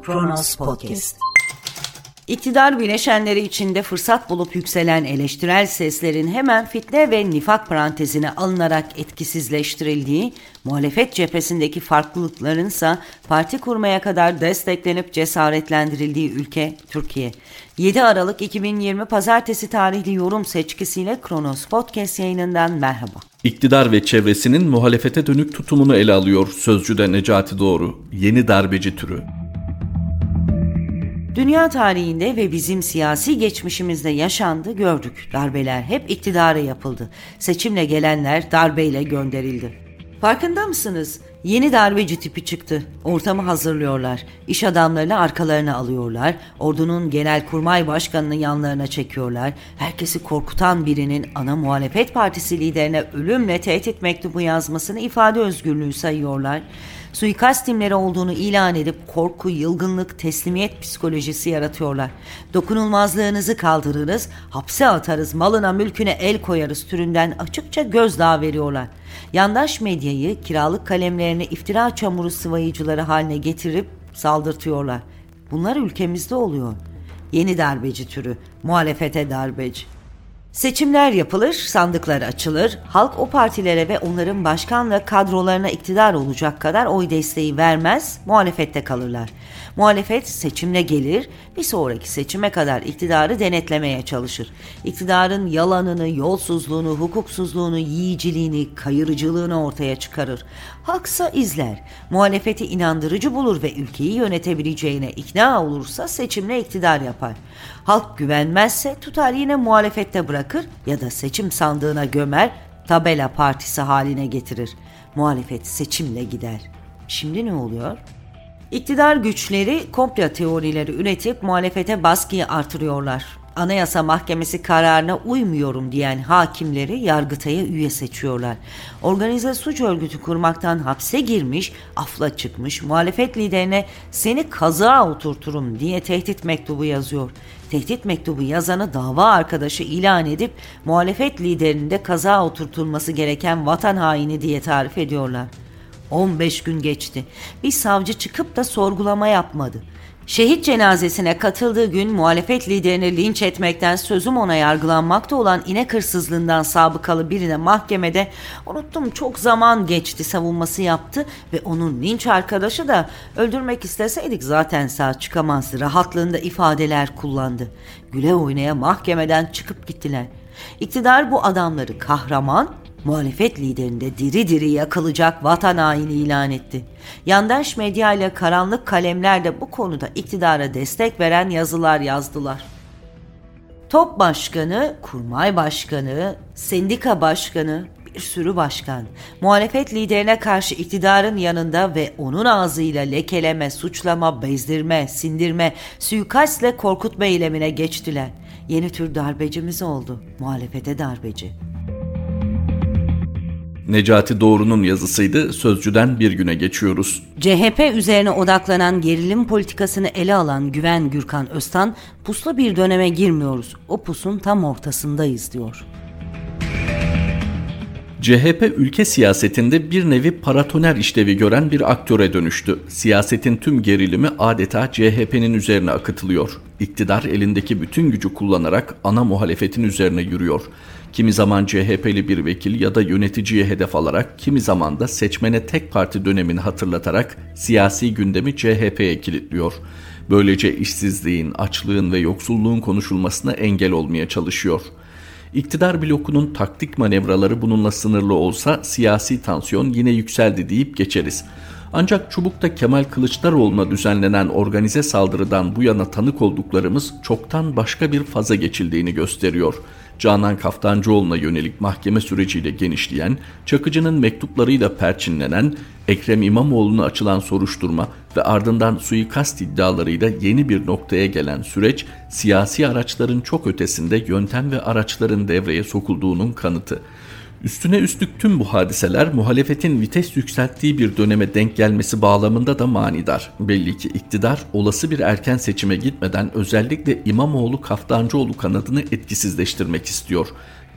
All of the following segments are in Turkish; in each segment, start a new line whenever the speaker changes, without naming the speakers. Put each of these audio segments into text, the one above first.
Kronos Podcast.
İktidar bileşenleri içinde fırsat bulup yükselen eleştirel seslerin hemen fitne ve nifak parantezine alınarak etkisizleştirildiği, muhalefet cephesindeki farklılıklarınsa parti kurmaya kadar desteklenip cesaretlendirildiği ülke Türkiye. 7 Aralık 2020 Pazartesi tarihli yorum seçkisiyle Kronos Podcast yayınından merhaba.
İktidar ve çevresinin muhalefete dönük tutumunu ele alıyor Sözcü'de Necati Doğru. Yeni darbeci türü.
Dünya tarihinde ve bizim siyasi geçmişimizde yaşandı, gördük. Darbeler hep iktidara yapıldı. Seçimle gelenler darbeyle gönderildi. Farkında mısınız? Yeni darbeci tipi çıktı. Ortamı hazırlıyorlar. İş adamlarını arkalarına alıyorlar. Ordunun genelkurmay başkanını yanlarına çekiyorlar. Herkesi korkutan birinin ana muhalefet partisi liderine ölümle tehdit mektubu yazmasını ifade özgürlüğü sayıyorlar. Suikast timleri olduğunu ilan edip korku, yılgınlık, teslimiyet psikolojisi yaratıyorlar. Dokunulmazlığınızı kaldırırız, hapse atarız, malına mülküne el koyarız türünden açıkça gözdağı veriyorlar. Yandaş medyayı kiralık kalemlerini iftira çamuru sıvayıcıları haline getirip saldırtıyorlar. Bunlar ülkemizde oluyor. Yeni darbeci türü, muhalefete darbeci. Seçimler yapılır, sandıklar açılır, halk o partilere ve onların başkan ve kadrolarına iktidar olacak kadar oy desteği vermez, muhalefette kalırlar. Muhalefet seçimle gelir, bir sonraki seçime kadar iktidarı denetlemeye çalışır. İktidarın yalanını, yolsuzluğunu, hukuksuzluğunu, yiyiciliğini, kayırıcılığını ortaya çıkarır. Halksa izler, muhalefeti inandırıcı bulur ve ülkeyi yönetebileceğine ikna olursa seçimle iktidar yapar. Halk güvenmezse tutar yine muhalefette bırakır ya da seçim sandığına gömer, tabela partisi haline getirir. Muhalefet seçimle gider. Şimdi ne oluyor? İktidar güçleri komplo teorileri üretip muhalefete baskıyı artırıyorlar. Anayasa Mahkemesi kararına uymuyorum diyen hakimleri Yargıtay'a üye seçiyorlar. Organize suç örgütü kurmaktan hapse girmiş, afla çıkmış muhalefet liderine seni kazığa oturturum diye tehdit mektubu yazıyor. Tehdit mektubu yazanı dava arkadaşı ilan edip muhalefet liderinin de kazığa oturtulması gereken vatan haini diye tarif ediyorlar. 15 gün geçti. Bir savcı çıkıp da sorgulama yapmadı. Şehit cenazesine katıldığı gün muhalefet liderini linç etmekten sözüm ona yargılanmakta olan inek hırsızlığından sabıkalı birine mahkemede unuttum çok zaman geçti savunması yaptı ve onun linç arkadaşı da öldürmek isteseydik zaten sağ çıkamazdı rahatlığında ifadeler kullandı. Güle oynaya mahkemeden çıkıp gittiler. İktidar bu adamları kahraman, muhalefet liderini de diri diri yakılacak vatan haini ilan etti. Yandaş medya ile karanlık kalemler de bu konuda iktidara destek veren yazılar yazdılar. Top başkanı, kurmay başkanı, sendika başkanı, bir sürü başkan, muhalefet liderine karşı iktidarın yanında ve onun ağzıyla lekeleme, suçlama, bezdirme, sindirme, suikastle korkutma eylemine geçtiler. Yeni tür darbecimiz oldu, muhalefete darbeci.
Necati Doğru'nun yazısıydı. Sözcü'den bir güne geçiyoruz.
CHP üzerine odaklanan gerilim politikasını ele alan Güven Gürkan Öztan, puslu bir döneme girmiyoruz, o pusun tam ortasındayız diyor.
CHP ülke siyasetinde bir nevi paratoner işlevi gören bir aktöre dönüştü. Siyasetin tüm gerilimi adeta CHP'nin üzerine akıtılıyor. İktidar elindeki bütün gücü kullanarak ana muhalefetin üzerine yürüyor. Kimi zaman CHP'li bir vekil ya da yöneticiye hedef alarak, kimi zaman da seçmene tek parti dönemini hatırlatarak siyasi gündemi CHP'ye kilitliyor. Böylece işsizliğin, açlığın ve yoksulluğun konuşulmasına engel olmaya çalışıyor. İktidar blokunun taktik manevraları bununla sınırlı olsa siyasi tansiyon yine yükseldi deyip geçeriz. Ancak Çubuk'ta Kemal Kılıçdaroğlu'na düzenlenen organize saldırıdan bu yana tanık olduklarımız çoktan başka bir faza geçildiğini gösteriyor. Canan Kaftancıoğlu'na yönelik mahkeme süreciyle genişleyen, Çakıcı'nın mektuplarıyla perçinlenen, Ekrem İmamoğlu'na açılan soruşturma ve ardından suikast iddialarıyla yeni bir noktaya gelen süreç, siyasi araçların çok ötesinde yöntem ve araçların devreye sokulduğunun kanıtı. Üstüne üstlük tüm bu hadiseler muhalefetin vites yükselttiği bir döneme denk gelmesi bağlamında da manidar. Belli ki iktidar olası bir erken seçime gitmeden özellikle İmamoğlu-Kaftancıoğlu kanadını etkisizleştirmek istiyor.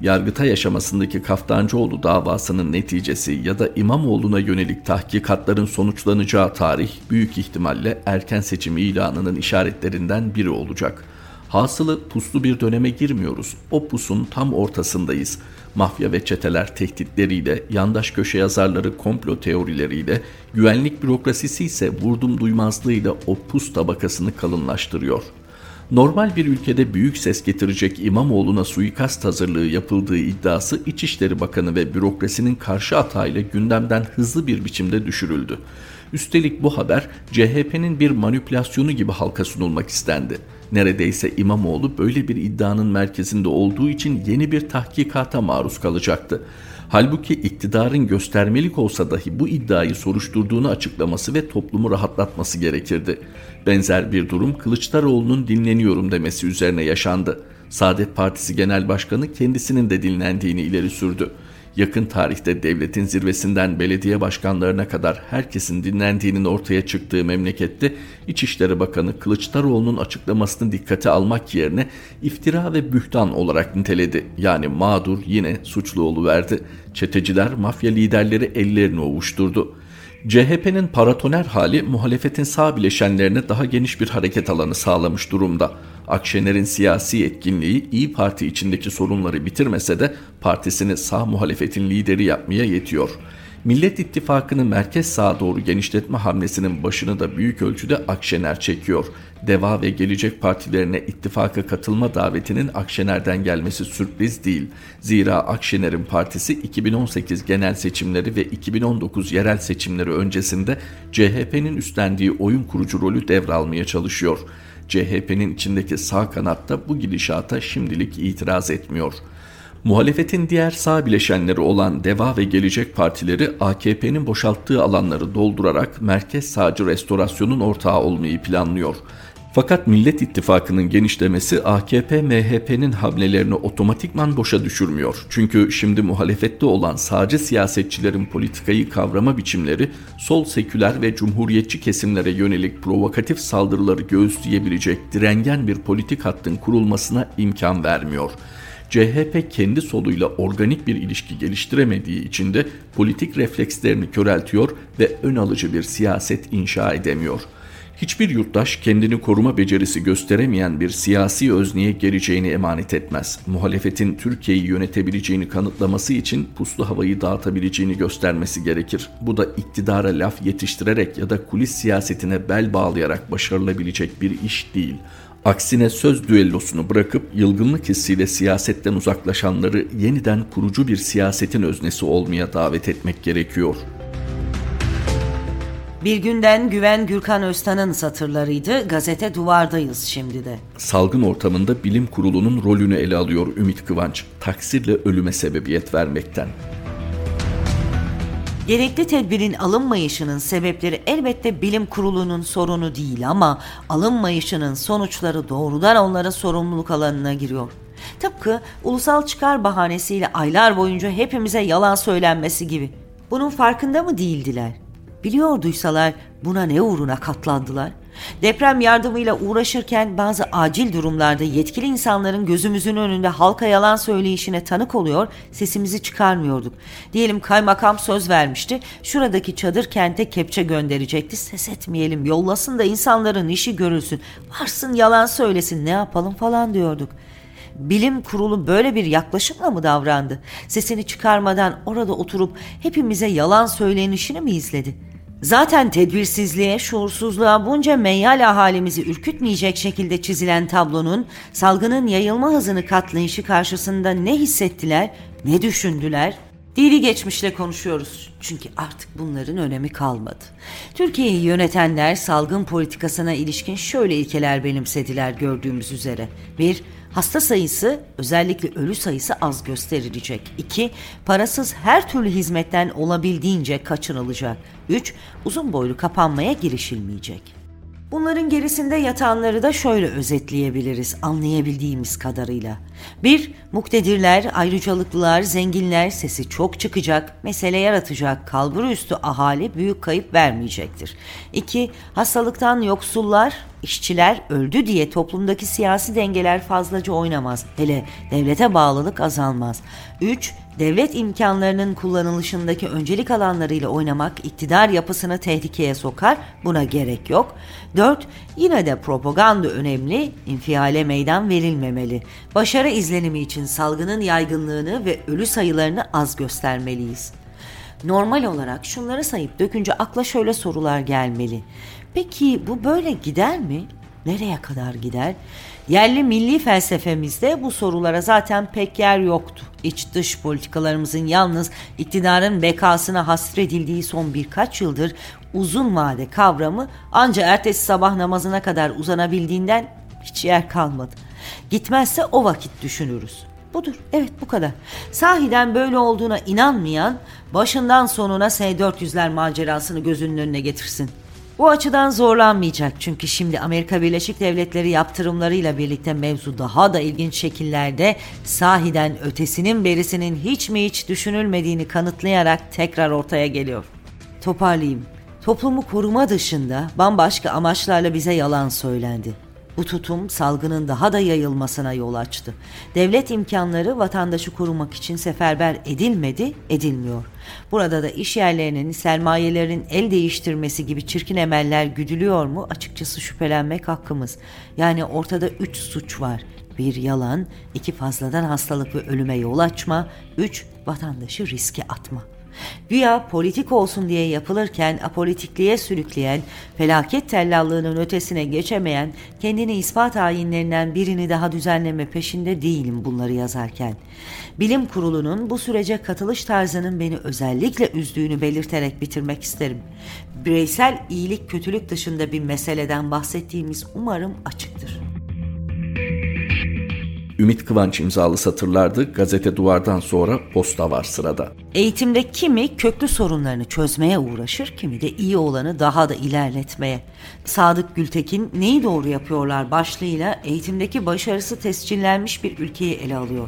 Yargıtay aşamasındaki Kaftancıoğlu davasının neticesi ya da İmamoğlu'na yönelik tahkikatların sonuçlanacağı tarih büyük ihtimalle erken seçim ilanının işaretlerinden biri olacak. Hasılı puslu bir döneme girmiyoruz. O pusun tam ortasındayız. Mafya ve çeteler tehditleriyle, yandaş köşe yazarları komplo teorileriyle, güvenlik bürokrasisi ise vurdum duymazlığıyla o pus tabakasını kalınlaştırıyor. Normal bir ülkede büyük ses getirecek İmamoğlu'na suikast hazırlığı yapıldığı iddiası İçişleri Bakanı ve bürokrasinin karşı atağıyla gündemden hızlı bir biçimde düşürüldü. Üstelik bu haber CHP'nin bir manipülasyonu gibi halka sunulmak istendi. Neredeyse İmamoğlu böyle bir iddianın merkezinde olduğu için yeni bir tahkikata maruz kalacaktı. Halbuki iktidarın göstermelik olsa dahi bu iddiayı soruşturduğunu açıklaması ve toplumu rahatlatması gerekirdi. Benzer bir durum Kılıçdaroğlu'nun dinleniyorum demesi üzerine yaşandı. Saadet Partisi Genel Başkanı kendisinin de dinlendiğini ileri sürdü. Yakın tarihte devletin zirvesinden belediye başkanlarına kadar herkesin dinlendiğinin ortaya çıktığı memlekette İçişleri Bakanı Kılıçdaroğlu'nun açıklamasını dikkate almak yerine iftira ve bühtan olarak niteledi. Yani mağdur yine suçlu oluverdi. Çeteciler, mafya liderleri ellerini ovuşturdu. CHP'nin paratoner hali muhalefetin sağ bileşenlerine daha geniş bir hareket alanı sağlamış durumda. Akşener'in siyasi etkinliği İYİ Parti içindeki sorunları bitirmese de partisini sağ muhalefetin lideri yapmaya yetiyor. Millet İttifakı'nı merkez sağa doğru genişletme hamlesinin başını da büyük ölçüde Akşener çekiyor. Deva ve Gelecek partilerine ittifaka katılma davetinin Akşener'den gelmesi sürpriz değil. Zira Akşener'in partisi 2018 genel seçimleri ve 2019 yerel seçimleri öncesinde CHP'nin üstlendiği oyun kurucu rolü devralmaya çalışıyor. CHP'nin içindeki sağ kanatta bu gidişata şimdilik itiraz etmiyor. Muhalefetin diğer sağ bileşenleri olan Deva ve Gelecek partileri AKP'nin boşalttığı alanları doldurarak merkez sağcı restorasyonun ortağı olmayı planlıyor. Fakat Millet İttifakı'nın genişlemesi AKP-MHP'nin hamlelerini otomatikman boşa düşürmüyor. Çünkü şimdi muhalefette olan sağcı siyasetçilerin politikayı kavrama biçimleri sol seküler ve cumhuriyetçi kesimlere yönelik provokatif saldırıları göğüsleyebilecek direngen bir politik hattın kurulmasına imkan vermiyor. CHP kendi soluyla organik bir ilişki geliştiremediği için de politik reflekslerini köreltiyor ve ön alıcı bir siyaset inşa edemiyor. Hiçbir yurttaş kendini koruma becerisi gösteremeyen bir siyasi özneye geleceğini emanet etmez. Muhalefetin Türkiye'yi yönetebileceğini kanıtlaması için puslu havayı dağıtabileceğini göstermesi gerekir. Bu da iktidara laf yetiştirerek ya da kulis siyasetine bel bağlayarak başarılabilecek bir iş değil. Aksine söz düellosunu bırakıp yılgınlık hissiyle siyasetten uzaklaşanları yeniden kurucu bir siyasetin öznesi olmaya davet etmek gerekiyor.
Bir günden Güven Gürkan Öztan'ın satırlarıydı. Gazete Duvar'dayız şimdi de.
Salgın ortamında bilim kurulunun rolünü ele alıyor Ümit Kıvanç. Taksirle ölüme sebebiyet vermekten.
Gerekli tedbirin alınmayışının sebepleri elbette bilim kurulunun sorunu değil ama alınmayışının sonuçları doğrudan onların sorumluluk alanına giriyor. Tıpkı ulusal çıkar bahanesiyle aylar boyunca hepimize yalan söylenmesi gibi. Bunun farkında mı değildiler? Biliyorduysalar buna ne uğruna katlandılar? Deprem yardımıyla uğraşırken bazı acil durumlarda yetkili insanların gözümüzün önünde halka yalan söyleyişine tanık oluyor, sesimizi çıkarmıyorduk. Diyelim kaymakam söz vermişti, şuradaki çadır kente kepçe gönderecekti, ses etmeyelim, yollasın da insanların işi görülsün, varsın yalan söylesin, ne yapalım falan diyorduk. Bilim kurulu böyle bir yaklaşımla mı davrandı? Sesini çıkarmadan orada oturup hepimize yalan söylenişini mi izledi? Zaten tedbirsizliğe, şuursuzluğa bunca meyyal ahalimizi ürkütmeyecek şekilde çizilen tablonun salgının yayılma hızını katlayışı karşısında ne hissettiler, ne düşündüler? Dili geçmişle konuşuyoruz çünkü artık bunların önemi kalmadı. Türkiye'yi yönetenler salgın politikasına ilişkin şöyle ilkeler benimsediler gördüğümüz üzere. 1. Hasta sayısı, özellikle ölü sayısı az gösterilecek. 2. Parasız her türlü hizmetten olabildiğince kaçınılacak. 3. Uzun boylu kapanmaya girişilmeyecek. Bunların gerisinde yatanları da şöyle özetleyebiliriz anlayabildiğimiz kadarıyla. 1. Muktedirler, ayrıcalıklılar, zenginler sesi çok çıkacak, mesele yaratacak, kalburüstü ahali büyük kayıp vermeyecektir. 2. Hastalıktan yoksullar, işçiler öldü diye toplumdaki siyasi dengeler fazlaca oynamaz. Hele devlete bağlılık azalmaz. 3. Devlet imkanlarının kullanılışındaki öncelik alanlarıyla oynamak iktidar yapısını tehlikeye sokar, buna gerek yok. 4. Yine de propaganda önemli, infiale meydan verilmemeli. Başarı izlenimi için salgının yaygınlığını ve ölü sayılarını az göstermeliyiz. Normal olarak şunları sayıp dökünce akla şöyle sorular gelmeli. Peki bu böyle gider mi? Nereye kadar gider? Yerli milli felsefemizde bu sorulara zaten pek yer yoktu. İç dış politikalarımızın yalnız iktidarın bekasına hasredildiği son birkaç yıldır uzun vade kavramı anca ertesi sabah namazına kadar uzanabildiğinden hiç yer kalmadı. Gitmezse o vakit düşünürüz. Budur, evet bu kadar. Sahiden böyle olduğuna inanmayan başından sonuna S-400'ler macerasını gözünün önüne getirsin. Bu açıdan zorlanmayacak çünkü şimdi Amerika Birleşik Devletleri yaptırımlarıyla birlikte mevzu daha da ilginç şekillerde sahiden ötesinin berisinin hiç mi hiç düşünülmediğini kanıtlayarak tekrar ortaya geliyor. Toparlayayım. Toplumu koruma dışında bambaşka amaçlarla bize yalan söylendi. Bu tutum salgının daha da yayılmasına yol açtı. Devlet imkanları vatandaşı korumak için seferber edilmedi, edilmiyor. Burada da iş yerlerinin, sermayelerin el değiştirmesi gibi çirkin emeller güdülüyor mu? Açıkçası şüphelenmek hakkımız. Yani ortada 3 suç var. 1 yalan, 2 fazladan hastalık ve ölüme yol açma, 3 vatandaşı riske atma. Güya politik olsun diye yapılırken apolitikliğe sürükleyen, felaket tellallığının ötesine geçemeyen, kendini ispat ayinlerinden birini daha düzenleme peşinde değilim bunları yazarken. Bilim Kurulu'nun bu sürece katılış tarzının beni özellikle üzdüğünü belirterek bitirmek isterim. Bireysel iyilik kötülük dışında bir meseleden bahsettiğimiz umarım açıktır.
Ümit Kıvanç imzalı satırlardı. Gazete Duvar'dan sonra Posta var sırada.
Eğitimde kimi köklü sorunlarını çözmeye uğraşır, kimi de iyi olanı daha da ilerletmeye. Sadık Gültekin neyi doğru yapıyorlar başlığıyla eğitimdeki başarısı tescillenmiş bir ülkeyi ele alıyor.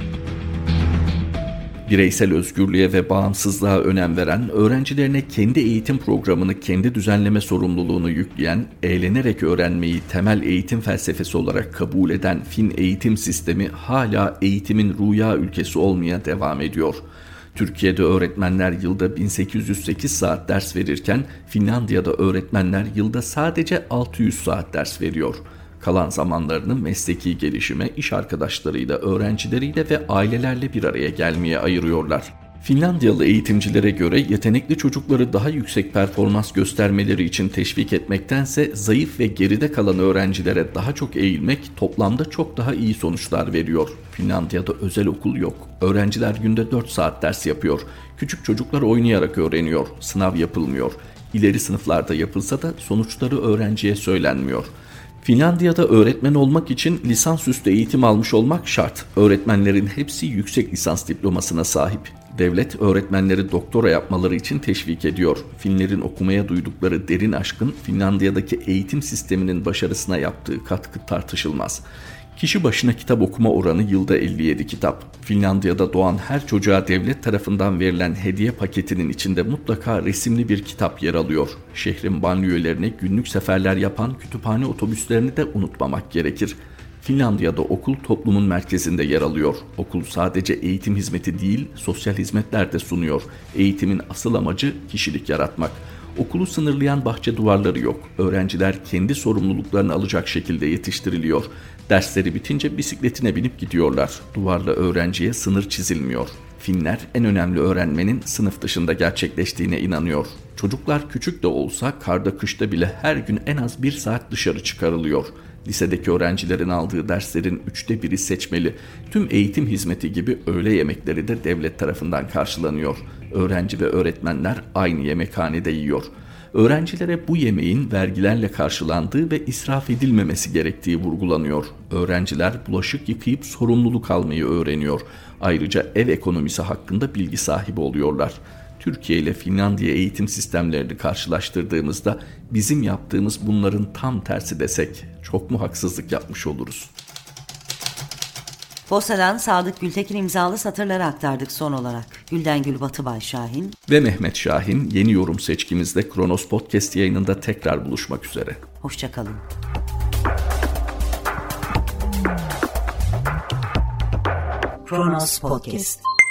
Bireysel özgürlüğe ve bağımsızlığa önem veren, öğrencilerine kendi eğitim programını kendi düzenleme sorumluluğunu yükleyen, eğlenerek öğrenmeyi temel eğitim felsefesi olarak kabul eden Fin eğitim sistemi hala eğitimin rüya ülkesi olmaya devam ediyor. Türkiye'de öğretmenler yılda 1808 saat ders verirken Finlandiya'da öğretmenler yılda sadece 600 saat ders veriyor. Kalan zamanlarını mesleki gelişime, iş arkadaşlarıyla, öğrencileriyle ve ailelerle bir araya gelmeye ayırıyorlar. Finlandiyalı eğitimcilere göre yetenekli çocukları daha yüksek performans göstermeleri için teşvik etmektense zayıf ve geride kalan öğrencilere daha çok eğilmek toplamda çok daha iyi sonuçlar veriyor. Finlandiya'da özel okul yok. Öğrenciler günde 4 saat ders yapıyor. Küçük çocuklar oynayarak öğreniyor. Sınav yapılmıyor. İleri sınıflarda yapılsa da sonuçları öğrenciye söylenmiyor. Finlandiya'da öğretmen olmak için lisansüstü eğitim almış olmak şart. Öğretmenlerin hepsi yüksek lisans diplomasına sahip. Devlet öğretmenleri doktora yapmaları için teşvik ediyor. Finlerin okumaya duydukları derin aşkın Finlandiya'daki eğitim sisteminin başarısına yaptığı katkı tartışılmaz. Kişi başına kitap okuma oranı yılda 57 kitap. Finlandiya'da doğan her çocuğa devlet tarafından verilen hediye paketinin içinde mutlaka resimli bir kitap yer alıyor. Şehrin banliyölerine günlük seferler yapan kütüphane otobüslerini de unutmamak gerekir. Finlandiya'da okul toplumun merkezinde yer alıyor. Okul sadece eğitim hizmeti değil, sosyal hizmetler de sunuyor. Eğitimin asıl amacı kişilik yaratmak. Okulu sınırlayan bahçe duvarları yok. Öğrenciler kendi sorumluluklarını alacak şekilde yetiştiriliyor. Dersleri bitince bisikletine binip gidiyorlar. Duvarla öğrenciye sınır çizilmiyor. Finler en önemli öğrenmenin sınıf dışında gerçekleştiğine inanıyor. Çocuklar küçük de olsa karda kışta bile her gün en az 1 saat dışarı çıkarılıyor. Lisedeki öğrencilerin aldığı derslerin 1/3'ü seçmeli. Tüm eğitim hizmeti gibi öğle yemekleri de devlet tarafından karşılanıyor. Öğrenci ve öğretmenler aynı yemekhanede yiyor. Öğrencilere bu yemeğin vergilerle karşılandığı ve israf edilmemesi gerektiği vurgulanıyor. Öğrenciler bulaşık yıkayıp sorumluluk almayı öğreniyor. Ayrıca ev ekonomisi hakkında bilgi sahibi oluyorlar. Türkiye ile Finlandiya eğitim sistemlerini karşılaştırdığımızda bizim yaptığımız bunların tam tersi desek çok mu haksızlık yapmış oluruz?
Bosna'dan Sadık Gültekin imzalı satırları aktardık son olarak. Gülden Gül Batıbay Şahin
ve Mehmet Şahin yeni yorum seçkimizde Kronos Podcast yayınında tekrar buluşmak üzere.
Hoşçakalın. Kronos Podcast.